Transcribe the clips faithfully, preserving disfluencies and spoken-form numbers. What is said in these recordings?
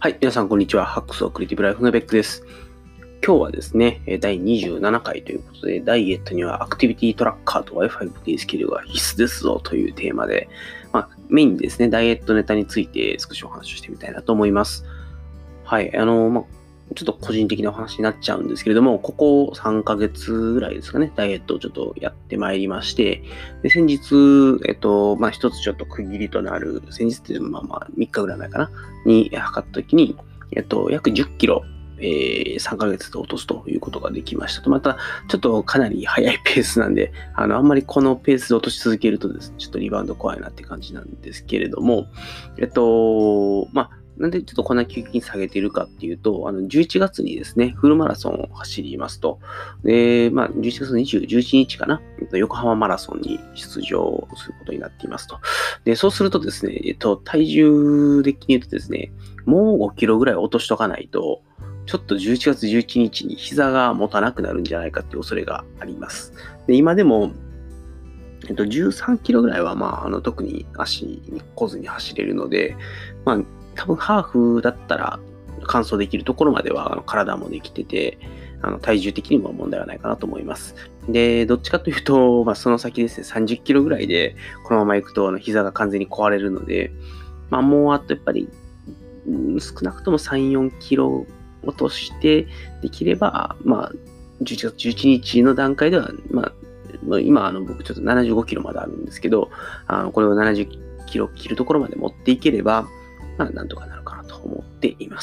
はい、皆さんこんにちは。ハックスオクリティブライフのベックです。今日はですね、だいにじゅうななかいということで、ダイエットにはアクティビティトラッカーと Wi-Fi ボディスキルが必須ですぞというテーマで、まあ、メインですね、ダイエットネタについて少しお話をしてみたいなと思います。はい、あの、まあ、ちょっと個人的なお話になっちゃうんですけれども、ここさんかげつぐらいですかね、ダイエットをちょっとやってまいりまして、で先日、えっと、まあ、一つちょっと区切りとなる、先日っていうのはまあまあみっかぐらい前かな、に測った時に、えっと、約じゅっキロ、えー、さんかげつで落とすということができましたと。また、ちょっとかなり早いペースなんで、あの、あんまりこのペースで落とし続けるとですね、ちょっとリバウンド怖いなって感じなんですけれども、えっと、まあ、なんでちょっとこんな急激に下げているかっていうと、あの、じゅういちがつにですね、フルマラソンを走りますと。で、まあ、じゅういちがつのにじゅう、じゅういちにちかな、横浜マラソンに出場することになっていますと。で、そうするとですね、えっと、体重的に言うとですね、もうごキロぐらい落としとかないと、ちょっとじゅういちがつじゅういちにちに膝が持たなくなるんじゃないかっていう恐れがあります。で、今でも、えっと、じゅうさんキロぐらいは、まあ、あの、特に足に来ずに走れるので、まあ、多分ハーフだったら完走できるところまではあの体もできてて、あの体重的にも問題はないかなと思います。で、どっちかというと、まあ、その先ですね、さんじゅっキロぐらいでこのまま行くとあの膝が完全に壊れるので、まあ、もうあとやっぱり、うん、少なくともさん、よんキロ落としてできれば、まあ、じゅういちがつじゅういちにちの段階では、まあ、今あの僕ちょっとななじゅうごキロまであるんですけど、あのこれをななじゅっキロ切るところまで持っていければ、まあ、なんとかなるかなと思っています。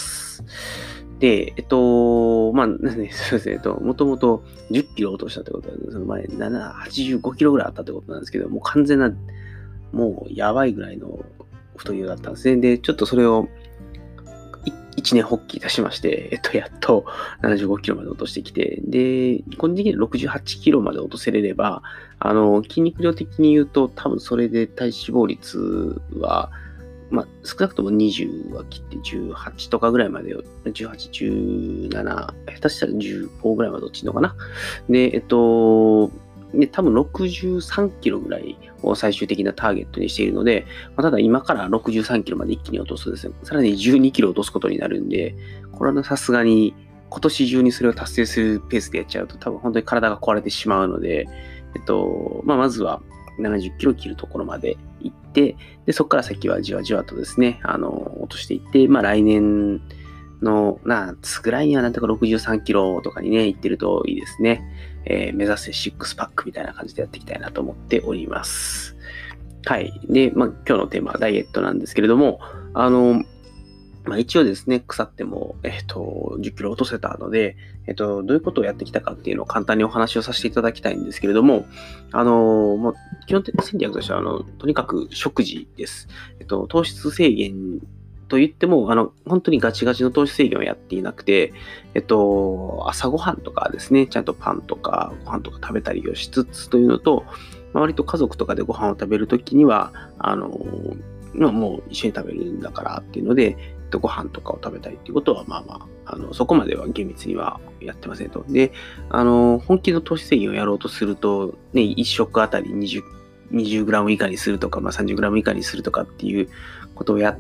で、えっと、まあ、ね、そうですね、えっと、もともとじゅっキロ落としたってことは、その前、なな、はちじゅうごキロぐらいあったってことなんですけど、もう完全な、もうやばいぐらいの太り量だったんですね。で、ちょっとそれを、いちねん発起いたしまして、えっと、やっとななじゅうごキロまで落としてきて、で、個人的にろくじゅうはちキロまで落とせれれば、あの、筋肉量的に言うと、多分それで体脂肪率は、まあ、少なくともにじゅうは切ってじゅうはちとかぐらいまで、じゅうはち、じゅうなな、下手したらじゅうごぐらいまで落ちるのかな。で、えっと、で、多分ろくじゅうさんキロぐらいを最終的なターゲットにしているので、まあ、ただ今からろくじゅうさんキロまで一気に落とすとですね、さらにじゅうにキロ落とすことになるんで、これはさすがに今年中にそれを達成するペースでやっちゃうと多分本当に体が壊れてしまうので、えっと、まあ、まずはななじゅっキロ切るところまで行って、で、そこから先はじわじわとですね、あの、落としていって、まあ来年の夏ぐらいにはなんとかろくじゅうさんキロとかにね、行ってるといいですね。えー、目指せシックスパックみたいな感じでやっていきたいなと思っております。はい。で、まあ今日のテーマはダイエットなんですけれども、あの、まあ、一応ですね、腐っても、えっと、じゅっキロ落とせたので、えっと、どういうことをやってきたかっていうのを簡単にお話をさせていただきたいんですけれども、あの、まあ、基本的戦略としては、あの、とにかく食事です。えっと、糖質制限と言っても、あの、本当にガチガチの糖質制限をやっていなくて、えっと、朝ごはんとかですね、ちゃんとパンとかご飯とか食べたりをしつつというのと、まあ、割と家族とかでご飯を食べるときには、あの、まあ、もう一緒に食べるんだからっていうので、ご飯とかを食べたりっていうことは、まあまあ、あの、そこまでは厳密にはやってませんと。で、あの、本気の糖質制限をやろうとすると、ね、いっ食あたりにじゅう、にじゅうグラム以下にするとか、まあ、さんじゅうグラム以下にするとかっていうことをやって、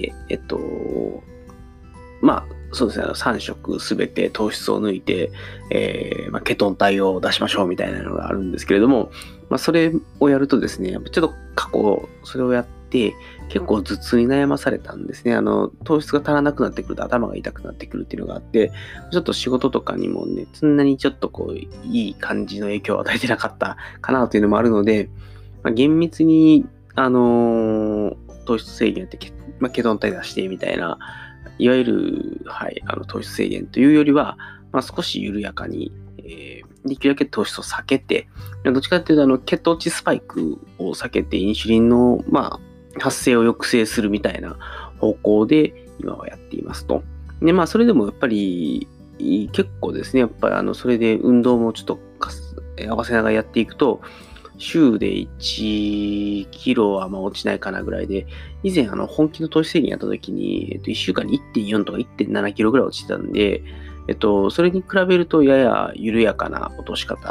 えっと、まあ、そうですね、さん食すべて糖質を抜いて、えーまあ、ケトン体を出しましょうみたいなのがあるんですけれども、まあ、それをやるとですね、やっぱちょっと過去、それをやって、結構頭痛に悩まされたんですね。あの、糖質が足らなくなってくると頭が痛くなってくるっていうのがあって、ちょっと仕事とかにもね、そんなにちょっとこう、いい感じの影響を与えてなかったかなというのもあるので、まあ、厳密に、あのー糖質制限ってケ、まあ、ケトン体出してみたいな、いわゆる、はい、あの糖質制限というよりは、まあ、少し緩やかに、えー、できるだけ糖質を避けて、どっちかというと、あの、血糖値スパイクを避けて、インシュリンの、まあ、発生を抑制するみたいな方向で、今はやっていますと。で、まあ、それでもやっぱり、結構ですね、やっぱり、あの、それで運動もちょっと合わせながらやっていくと、週でいちキロはまあ落ちないかなぐらいで、以前あの本気の糖質制限やった時に、えっと、いっしゅうかんに いってんよん とか いってんなな キロぐらい落ちてたんで、えっと、それに比べるとやや緩やかな落とし方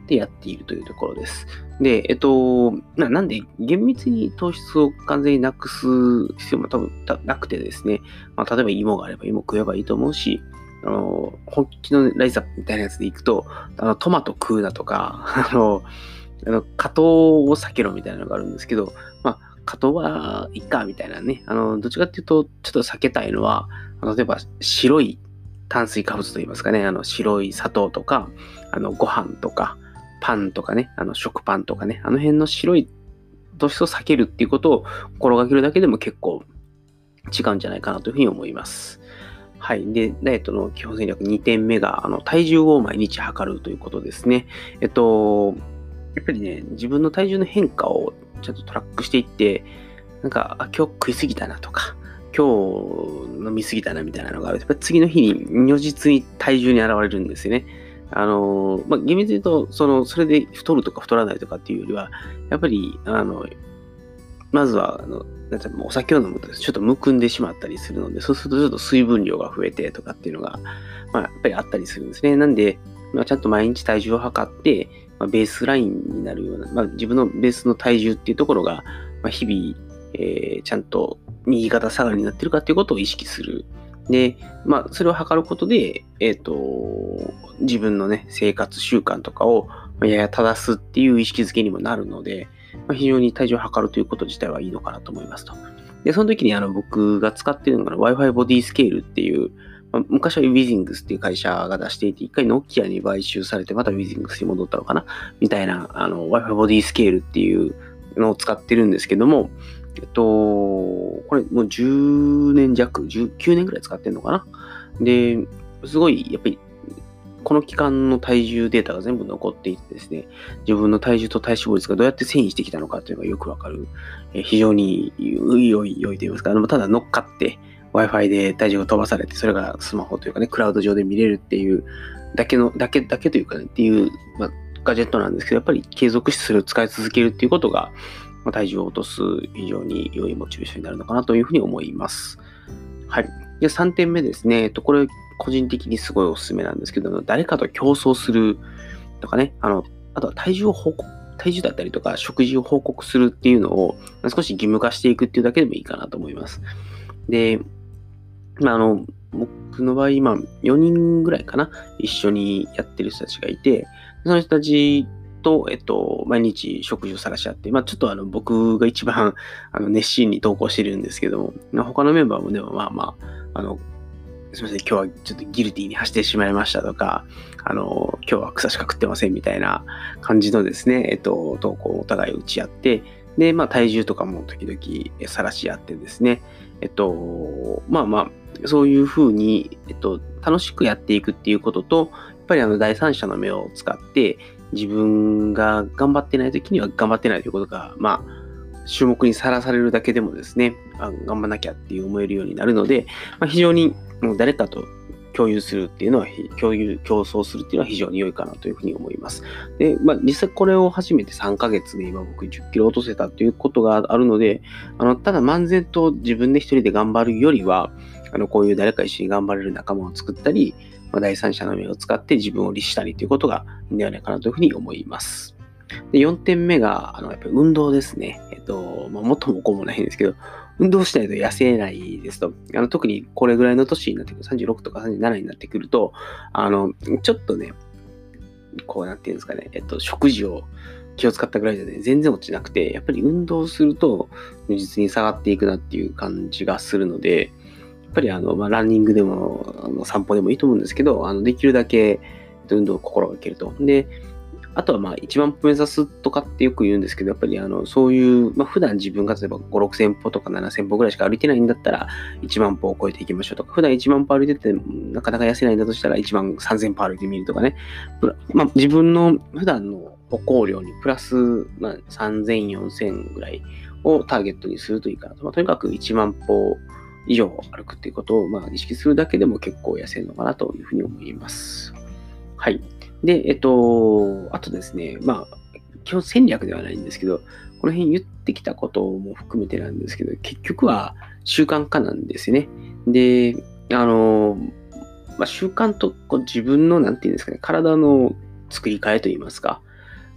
でやっているというところです。で、えっと、ななんで厳密に糖質を完全になくす必要も多分なくてですね、まあ、例えば芋があれば芋食えばいいと思うし、あの、本気のライズアップみたいなやつでいくと、あのトマト食うなとか、あの、あの果糖を避けろみたいなのがあるんですけど、まあ、果糖はいいかみたいなね、あの、どっちかっていうと、ちょっと避けたいのは、例えば白い炭水化物といいますかね、あの白い砂糖とか、あのご飯とか、パンとかね、あの食パンとかね、あの辺の白い糖質を避けるっていうことを心がけるだけでも結構違うんじゃないかなというふうに思います。はい。で、ダイエットの基本戦略にてんめが、あの、体重を毎日測るということですね。えっと、やっぱりね、自分の体重の変化をちゃんとトラックしていって、なんか、あ、今日食いすぎたなとか、今日飲みすぎたなみたいなのがあると、やっぱり次の日に如実に体重に現れるんですよね。あの、まあ、厳密に言うと、その、それで太るとか太らないとかっていうよりは、やっぱり、あの、まずは、あの、なんていうのお酒を飲むとちょっとむくんでしまったりするので、そうするとちょっと水分量が増えてとかっていうのが、まあ、やっぱりあったりするんですね。なんで、まあ、ちゃんと毎日体重を測って、まあ、ベースラインになるような、まあ、自分のベースの体重っていうところが、まあ、日々、えー、ちゃんと右肩下がりになってるかっていうことを意識する。で、まあ、それを測ることで、えっと、自分のね、生活習慣とかをやや正すっていう意識づけにもなるので、まあ、非常に体重を測るということ自体はいいのかなと思いますと。で、その時にあの僕が使っているのが Wi-Fi ボディスケールっていう、まあ、昔は Withings っていう会社が出していて、一回ノキアに買収されて、また Withings に戻ったのかなみたいなあの Wi-Fi ボディスケールっていうのを使ってるんですけども、えっと、これもうじゅうねん弱、じゅうきゅうねんぐらい使ってるのかなで、すごいやっぱりこの期間の体重データが全部残っていてですね、自分の体重と体脂肪率がどうやって遷移してきたのかというのがよくわかる、えー、非常に良い良い良いと言いますか、ただ乗っかって Wi-Fi で体重が飛ばされて、それがスマホというかね、クラウド上で見れるっていうだけの、だけ、だけというかね、っていう、まあ、ガジェットなんですけど、やっぱり継続してそれを使い続けるっていうことが、まあ、体重を落とす非常に良いモチベーションになるのかなというふうに思います。はい。で、さんてんめですね。えっと、これ、個人的にすごいおすすめなんですけど、誰かと競争するとかね、あの、あとは体重を報告、体重だったりとか、食事を報告するっていうのを少し義務化していくっていうだけでもいいかなと思います。で、まあ、あの、僕の場合、今、よにんぐらいかな、一緒にやってる人たちがいて、その人たちと、えっと、毎日食事を探し合って、まあ、ちょっとあの、僕が一番、あの、熱心に投稿してるんですけども、他のメンバーもでも、まあまあ、あの、すみません、今日はちょっとギルティに走ってしまいましたとか、あの、今日は草しか食ってませんみたいな感じのですね、えっと、投稿をお互い打ち合って、で、まあ、体重とかも時々晒し合ってですね、えっと、まあまあ、そういうふうに、えっと、楽しくやっていくっていうことと、やっぱりあの、第三者の目を使って、自分が頑張ってない時には頑張ってないということが、まあ、種目にさらされるだけでもですね、あ頑張んなきゃっていう思えるようになるので、まあ、非常にもう誰かと共有するっていうのは、共有、競争するっていうのは非常に良いかなというふうに思います。で、まあ、実際これを始めてさんかげつで今僕じゅっキロ落とせたということがあるので、あの、ただ漫然と自分で一人で頑張るよりは、あの、こういう誰か一緒に頑張れる仲間を作ったり、まあ、第三者の目を使って自分を律したりということがいいんではないかなというふうに思います。で、よんてんめが、あの、やっぱり運動ですね。えっと、まあ、元も子もないんですけど、運動しないと痩せないですと。あの、特にこれぐらいの年になってくる、さんじゅうろくとかさんじゅうななになってくると、あの、ちょっとね、こうなんていうんですかね、えっと、食事を気を使ったぐらいでね、全然落ちなくて、やっぱり運動すると、実に下がっていくなっていう感じがするので、やっぱりあの、まあ、ランニングでも、あの散歩でもいいと思うんですけど、あの、できるだけ運動を心がけると。で、あとはまあいちまん歩目指すとかってよく言うんですけど、やっぱりあのそういう、まあ、普段自分が例えばご、ろくせん歩とかななせん歩ぐらいしか歩いてないんだったらいちまん歩を超えていきましょうとか、普段いちまん歩歩いててなかなか痩せないんだとしたらいちまんさんぜん歩歩いてみるとかね、まあ、自分の普段の歩行量にプラス、まあ、さんぜん、よんせんぐらいをターゲットにするといいかなと。まあ、とにかくいちまん歩以上歩くっていうことをまあ意識するだけでも結構痩せるのかなというふうに思います。はい。で、えっと、あとですね、まあ、基本戦略ではないんですけど、この辺言ってきたことも含めてなんですけど、結局は習慣化なんですよね。で、あの、まあ、習慣とこう自分の、なんていうんですかね、体の作り変えといいますか、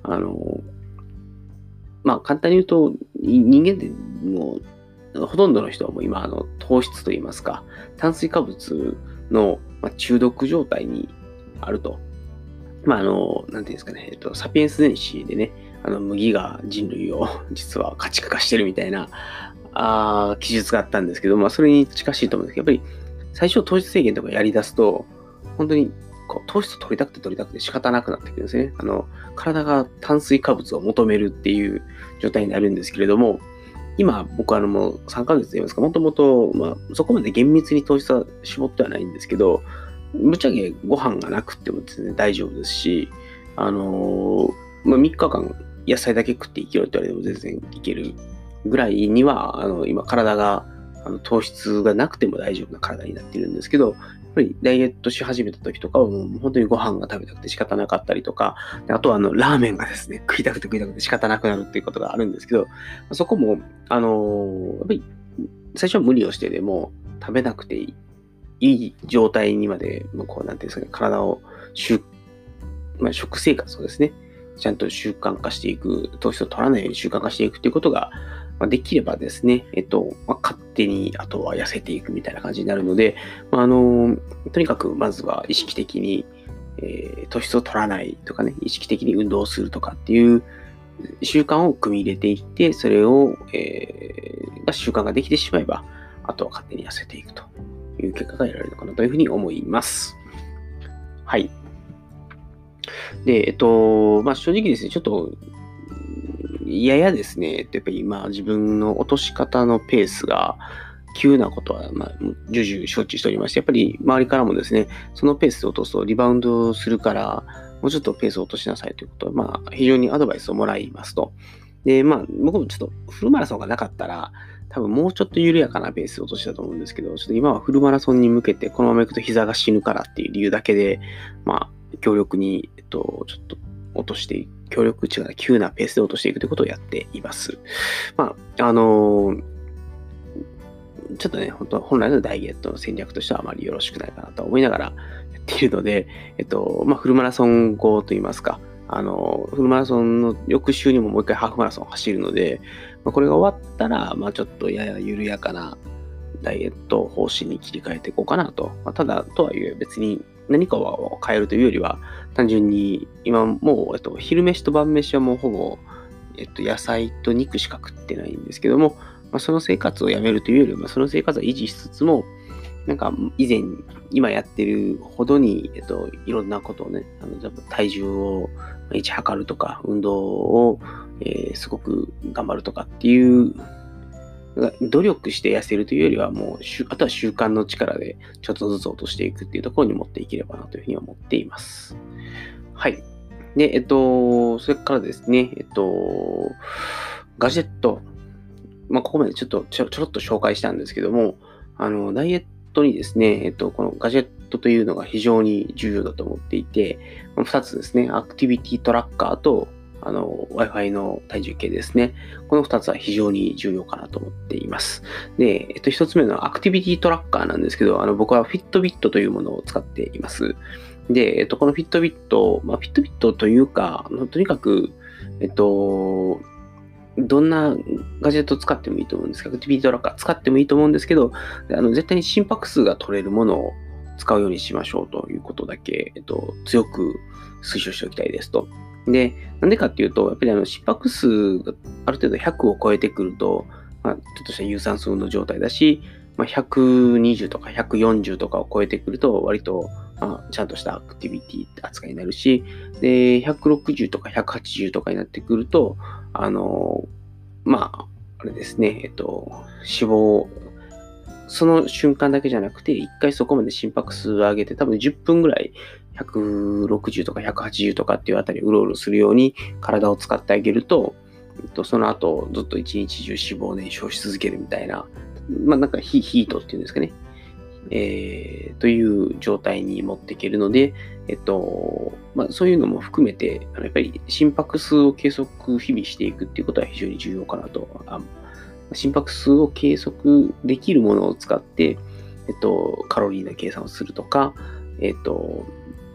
あの、まあ簡単に言うと、人間ってもう、ほとんどの人はもう今、あの、糖質といいますか、炭水化物の中毒状態にあると。まあ、あの、なんていうんですかね、えっと、サピエンス全史でね、あの、麦が人類を実は家畜化してるみたいな、あ記述があったんですけど、まあ、それに近しいと思うんですけど、やっぱり、最初糖質制限とかやり出すと、本当にこう糖質取りたくて取りたくて仕方なくなってくるんですね。あの、体が炭水化物を求めるっていう状態になるんですけれども、今、僕はあのもうさんかげつと言いますか、もともと、まあ、そこまで厳密に糖質は絞ってはないんですけど、ぶっちゃけご飯がなくても全然大丈夫ですし、あのー、まあ、みっかかん野菜だけ食っていけろって言われても全然いけるぐらいには、あの、今体があの糖質がなくても大丈夫な体になってるんですけど、やっぱりダイエットし始めた時とかはもう本当にご飯が食べたくて仕方なかったりとか、あとはあのラーメンがですね、食いたくて食いたくて仕方なくなるっていうことがあるんですけど、そこも、あのー、やっぱり最初は無理をしてでも食べなくていい。いい状態にまで、こう、なんていうんですかね、体を、まあ、食生活をですね、ちゃんと習慣化していく、糖質を取らないように習慣化していくということが、まあ、できればですね、えっと、まあ、勝手に、あとは痩せていくみたいな感じになるので、まあ、あの、とにかく、まずは意識的に、えー、糖質を取らないとかね、意識的に運動をするとかっていう習慣を組み入れていって、それを、えー、習慣ができてしまえば、あとは勝手に痩せていくという結果が得られるのかなというふうに思います。はい。で、えっと、まあ、正直ですね、ちょっと、ややですね、やっぱり今自分の落とし方のペースが急なことは、まあ、重々承知しておりまして、やっぱり周りからもですね、そのペースで落とすとリバウンドするから、もうちょっとペースを落としなさいということは、まあ、非常にアドバイスをもらいますと。で、まあ、僕もちょっとフルマラソンがなかったら、多分もうちょっと緩やかなペースで落としたと思うんですけど、ちょっと今はフルマラソンに向けてこのまま行くと膝が死ぬからっていう理由だけで、まあ、強力に、えっと、ちょっと落としていく。強力違う急なペースで落としていくということをやっています。まあ、あのー、ちょっとね、本当本来のダイエットの戦略としてはあまりよろしくないかなと思いながらやっているので、えっと、まあ、フルマラソン後といいますか、あの、フルマラソンの翌週にももう一回ハーフマラソンを走るので、まあ、これが終わったら、まあ、ちょっとやや緩やかなダイエット方針に切り替えていこうかなと。まあ、ただ、とはいえ別に何かを変えるというよりは、単純に今もう、えっと、昼飯と晩飯はもうほぼ、えっと、野菜と肉しか食ってないんですけども、まあ、その生活をやめるというよりは、その生活は維持しつつも、なんか以前、今やってるほどに、えっと、いろんなことをね、あの体重を維持測るとか、運動を、えー、すごく頑張るとかっていう努力して痩せるというよりは、もう、あとは習慣の力でちょっとずつ落としていくっていうところに持っていければなというふうに思っています。はい。で、えっと、それからですね、えっと、ガジェット。まあ、ここまでちょっとちょ、ちょろっと紹介したんですけども、あの、ダイエットにですね、えっと、このガジェットというのが非常に重要だと思っていて、ふたつですね、アクティビティトラッカーと、あの、Wi-Fi の体重計ですね。このふたつは非常に重要かなと思っています。で、えっと、ひとつめのアクティビティトラッカーなんですけど、あの、僕は Fitbit というものを使っています。で、えっと、この Fitbit、まあ、Fitbit というか、あのとにかく、えっと、どんなガジェットを使ってもいいと思うんですけど、アクティビティトラッカー使ってもいいと思うんですけど、あの絶対に心拍数が取れるものを使うようにしましょうということだけ、えっと、強く推奨しておきたいですと。で、なんでかっていうと、やっぱりあの心拍数がある程度ひゃくを超えてくると、まあ、ちょっとした有酸素運動状態だし、まあ、ひゃくにじゅうとかひゃくよんじゅうとかを超えてくると、割と、まあ、ちゃんとしたアクティビティ扱いになるし、で、ひゃくろくじゅうとかひゃくはちじゅうとかになってくると、あの、まあ、あれですね、えっと、脂肪、その瞬間だけじゃなくて、一回そこまで心拍数を上げて、多分じゅっぷんぐらい、ひゃくろくじゅうとかひゃくはちじゅうとかっていうあたりうろうろするように体を使ってあげると、その後ずっと一日中脂肪を燃焼し続けるみたいな、まあなんかヒートっていうんですかね、えー、という状態に持っていけるので、えっと、まあそういうのも含めて、やっぱり心拍数を計測日々していくっていうことは非常に重要かなと。あ心拍数を計測できるものを使って、えっと、カロリーの計算をするとか、えっと、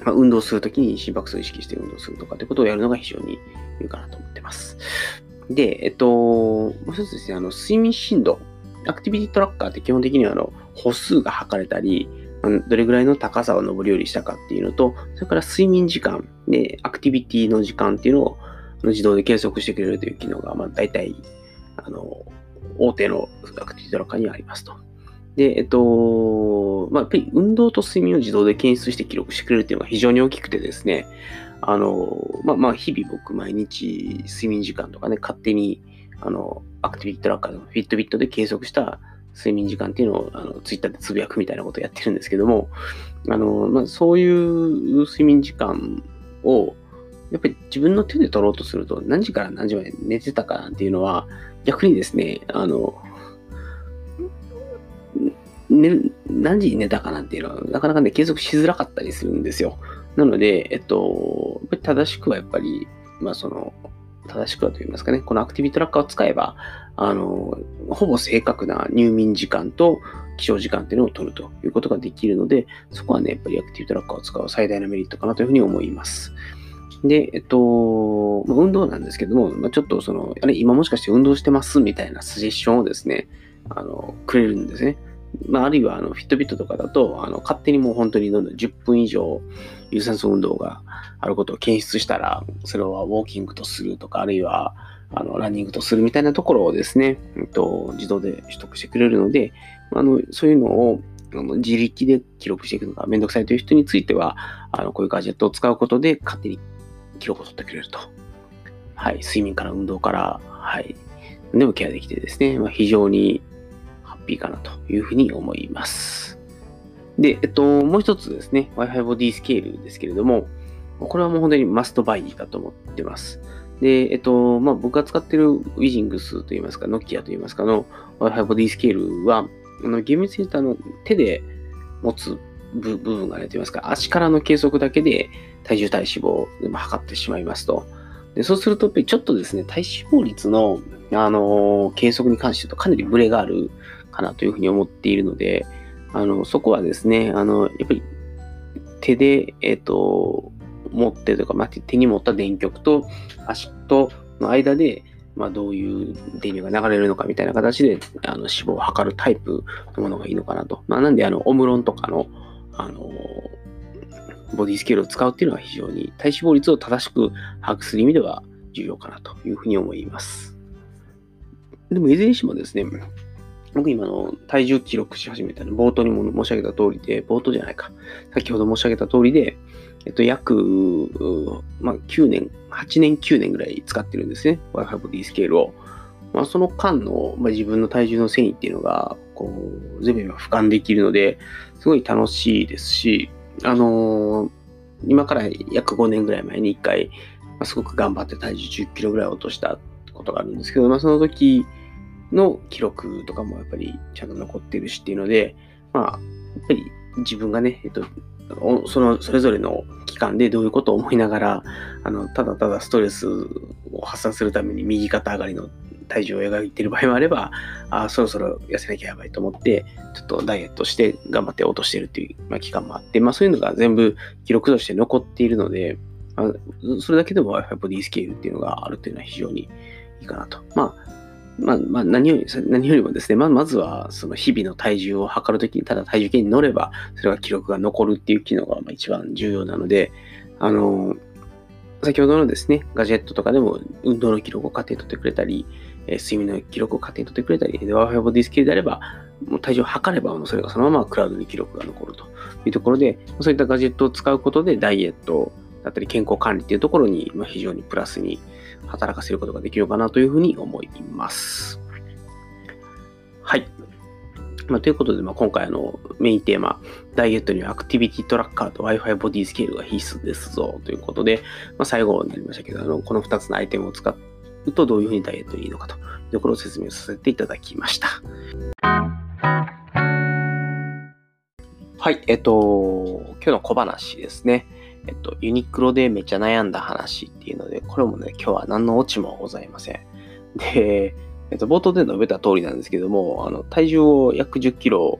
まあ、運動するときに心拍数を意識して運動するとかということをやるのが非常にいいかなと思ってます。で、えっと、もう一つですね、あの、睡眠深度。アクティビティトラッカーって基本的にはあの歩数が測れたり、どれぐらいの高さを登り降りしたかっていうのと、それから睡眠時間で、アクティビティの時間っていうのを自動で計測してくれるという機能が、まあ、大体、あの、大手のアクティビティトラッカーにはありますと。で、えっと、まあ、やっぱり運動と睡眠を自動で検出して記録してくれるっていうのが非常に大きくてですね、あの、まあ、まあ、日々僕毎日睡眠時間とかね、勝手に、あの、アクティビティトラッカーのフィットビットで計測した睡眠時間っていうのを、あの、ツイッターでつぶやくみたいなことをやってるんですけども、あの、まあ、そういう睡眠時間を、やっぱり自分の手で取ろうとすると、何時から何時まで寝てたかなんていうのは、逆にですね、あの、寝何時に寝たかなんていうのは、なかなかね、計測しづらかったりするんですよ。なので、えっと、やっぱり正しくはやっぱり、まあその、正しくはと言いますかね、このアクティビティトラッカーを使えば、あの、ほぼ正確な入眠時間と起床時間っていうのを取るということができるので、そこはね、やっぱりアクティビティトラッカーを使う最大のメリットかなというふうに思います。で、えっと、まあ、運動なんですけども、まあ、ちょっとその、あれ、今もしかして運動してますみたいなサジェッションをですね、あの、くれるんですね。まあ、あるいは、あの、フィットビットとかだと、あの、勝手にもう本当にどんどんじゅっぷん以上、有酸素運動があることを検出したら、それはウォーキングとするとか、あるいは、あの、ランニングとするみたいなところをですね、えっと、自動で取得してくれるので、あの、そういうのを、あの自力で記録していくのがめんどくさいという人については、あの、こういうガジェットを使うことで勝手に記録を取ってくれると。はい。睡眠から運動から、はい。でもケアできてですね、まあ、非常にハッピーかなというふうに思います。で、えっと、もう一つですね、Wi-Fi ボディスケールですけれども、これはもう本当にマストバイだと思ってます。で、えっと、まあ、僕が使っている Withings といいますか、Nokia といいますかの Wi-Fi ボディスケールは、あの厳密に言うとあの手で持つ部分がね、といいますか、足からの計測だけで体重体脂肪を測ってしまいますと。でそうすると、やっぱりちょっとですね、体脂肪率の、あのー、計測に関して言うとかなりブレがあるかなというふうに思っているので、あの、そこはですね、あの、やっぱり手で、えっと、持ってというか、まあ、手に持った電極と足との間で、まあ、どういう電流が流れるのかみたいな形で、あの、脂肪を測るタイプのものがいいのかなと。まあ、なんで、あの、オムロンとかの、あの、ボディスケールを使うっていうのは非常に体脂肪率を正しく把握する意味では重要かなというふうに思います。でも、いずれにしてもですね、僕今の体重記録し始めたの、冒頭にも申し上げた通りで、冒頭じゃないか。先ほど申し上げた通りで、えっと、約、まあ、きゅうねん、はちねん、きゅうねんぐらい使ってるんですね。Wi-Fi ボディスケールを。まあ、その間の、まあ、自分の体重の繊維っていうのが、こう、全部俯瞰できるので、すごい楽しいですし、あのー、今から約ごねんぐらい前にいっかい、まあ、すごく頑張って体重じゅっキロぐらい落としたことがあるんですけど、まあ、その時の記録とかもやっぱりちゃんと残ってるしっていうので、まあ、やっぱり自分がね、えっと、そのそれぞれの期間でどういうことを思いながら、あのただただストレスを発散するために右肩上がりの体重を描いている場合もあれば、あそろそろ痩せなきゃやばいと思って、ちょっとダイエットして頑張って落としているっていう、まあ、期間もあって、まあ、そういうのが全部記録として残っているので、まあ、それだけでも Wi-Fi ボディスケールっていうのがあるっていうのは非常にいいかなと。まあまあ、まあ、何より、何よりもですね、まあ、まずは、その日々の体重を測るときに、ただ体重計に乗れば、それが記録が残るっていう機能が一番重要なので、あの、先ほどのですね、ガジェットとかでも、運動の記録を勝手に取ってくれたり、えー、睡眠の記録を勝手に取ってくれたり、Wi-Fi ボディスケールであれば、もう体重を測れば、それがそのままクラウドに記録が残るというところで、そういったガジェットを使うことで、ダイエットだったり、健康管理っていうところに、まあ、非常にプラスに働かせることができるかなというふうに思います。はい。まあ、ということで、まあ、今回のメインテーマ、ダイエットにはアクティビティトラッカーと Wi-Fi ボディスケールが必須ですぞということで、まあ、最後になりましたけど、あのこのふたつのアイテムを使うとどういうふうにダイエットにいいのかというところを説明させていただきました。はい、えっと、今日の小話ですね。えっと、ユニクロでめっちゃ悩んだ話っていうので、これもね、今日は何のオチもございません。で、えっと、冒頭で述べた通りなんですけども、あの体重を約じゅっキロ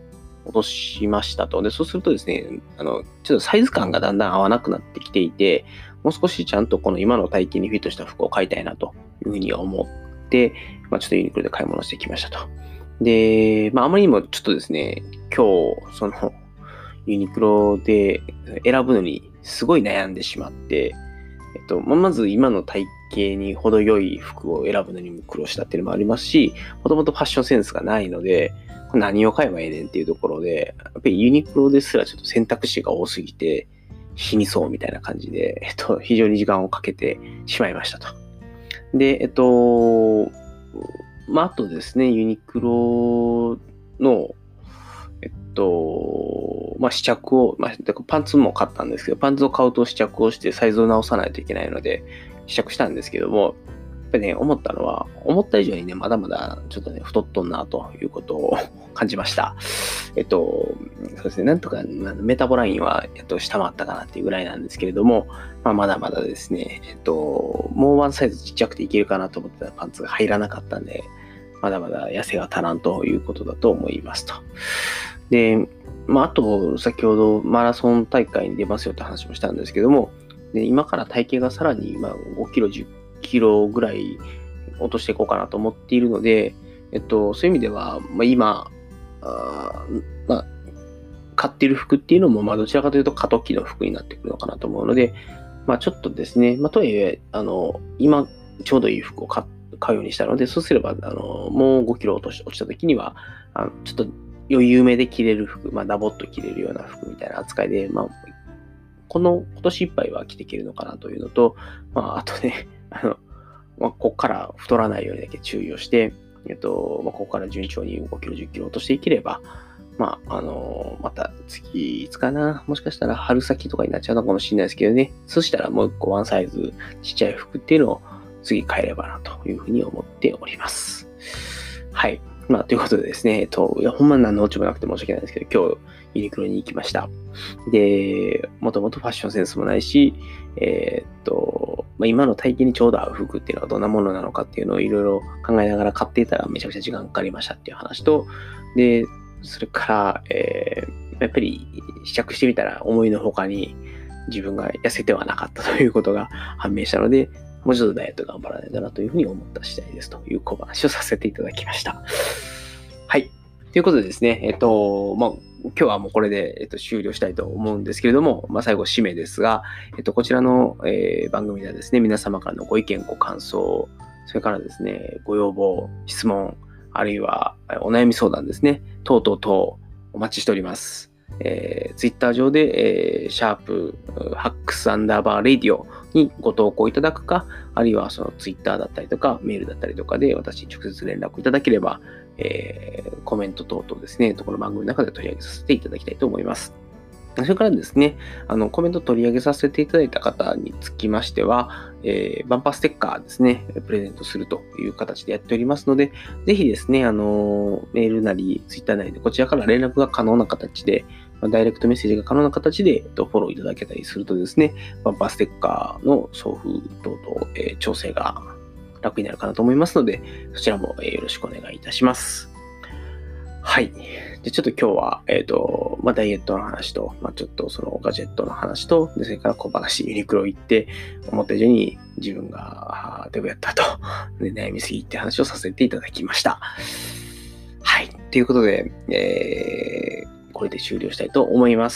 落としましたと。で、そうするとですね、あの、ちょっとサイズ感がだんだん合わなくなってきていて、もう少しちゃんとこの今の体型にフィットした服を買いたいなというふうに思って、まあ、ちょっとユニクロで買い物してきましたと。で、まあ、あまりにもちょっとですね、今日、その、ユニクロで選ぶのにすごい悩んでしまって、えっと、まず今の体型に程よい服を選ぶのにも苦労したっていうのもありますし、もともとファッションセンスがないので、何を買えばええねんっていうところで、やっぱりユニクロですらちょっと選択肢が多すぎて、死にそうみたいな感じで、えっと、非常に時間をかけてしまいましたと。で、えっと、まあ、あとですね、ユニクロの、えっと、まあ、試着を、まあ、パンツも買ったんですけど、パンツを買うと試着をしてサイズを直さないといけないので、試着したんですけども、やっぱりね、思ったのは、思った以上にね、まだまだちょっとね、太っとんなということを感じました。えっと、そうですね、なんとかメタボラインは、えっと、下回ったかなっていうぐらいなんですけれども、まあ、まだまだですね、えっと、もうワンサイズちっちゃくていけるかなと思ってたパンツが入らなかったんで、まだまだ痩せが足らんということだと思いますと。で、まあ、あと、先ほどマラソン大会に出ますよって話もしたんですけども、で今から体型がさらに、まあ、ごキロ、じゅっキロぐらい落としていこうかなと思っているので、えっと、そういう意味では、まあ、今、あまあ、買っている服っていうのも、まあ、どちらかというと過渡期の服になってくるのかなと思うので、まあ、ちょっとですね、まあ、とはいえ、あの、今、ちょうどいい服を買買うようにしたので、そうすれば、あの、もうごキロ落とし落ちた時には、あのちょっと余裕めで着れる服、まあ、ダボっと着れるような服みたいな扱いで、まあ、この今年いっぱいは着ていけるのかなというのと、まあ、あとね、あの、まあ、ここから太らないようにだけ注意をして、えっと、まあ、ここから順調にごキロ、じゅっキロ落としていければ、まあ、あのー、また次いつかな、もしかしたら春先とかになっちゃうのかもしれないですけどね、そしたらもう一個ワンサイズちっちゃい服っていうのを次買えればなというふうに思っております。はい。まあ、ということでですね、えっと、いや、ほんま何のオチもなくて申し訳ないんですけど、今日、ユニクロに行きました。で、もともとファッションセンスもないし、えー、っと、まあ、今の体型にちょうど合う服っていうのはどんなものなのかっていうのをいろいろ考えながら買っていたらめちゃくちゃ時間かかりましたっていう話と、で、それから、えー、やっぱり試着してみたら思いのほかに自分が痩せてはなかったということが判明したので、もうちょっとダイエット頑張らないとなというふうに思った次第ですという小話をさせていただきました。はい。ということでですね、えっと、まあ、今日はもうこれで、えっと、終了したいと思うんですけれども、まあ、最後締めですが、えっと、こちらの、えー、番組ではですね、皆様からのご意見、ご感想、それからですね、ご要望、質問、あるいはお悩み相談ですね、等々等お待ちしております。えー、ツイッター上で、えー、シャープ、ハックスアンダーバーレディオにご投稿いただくか、あるいはそのツイッターだったりとか、メールだったりとかで私に直接連絡いただければ、えー、コメント等々ですね、この番組の中で取り上げさせていただきたいと思います。それからですね、あの、コメント取り上げさせていただいた方につきましては、えー、バンパーステッカーですね、プレゼントするという形でやっておりますので、ぜひですね、あの、メールなり、ツイッターなりで、こちらから連絡が可能な形で、ダイレクトメッセージが可能な形で、えっと、フォローいただけたりするとですね、バンパーステッカーの送付等々、えー、調整が楽になるかなと思いますので、そちらもよろしくお願いいたします。はい。で、ちょっと今日は、えっと、まあ、ダイエットの話と、まあ、ちょっとそのガジェットの話と、で、それから小話、ユニクロ行って、思った以上に自分がデブやったと、で、悩みすぎって話をさせていただきました。はい。ということで、えー、これで終了したいと思います。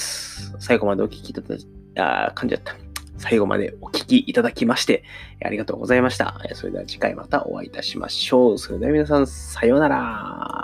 最後までお聞きいただき、あー、噛んじゃった。最後までお聞きいただきまして、ありがとうございました。それでは次回またお会いいたしましょう。それでは皆さん、さようなら。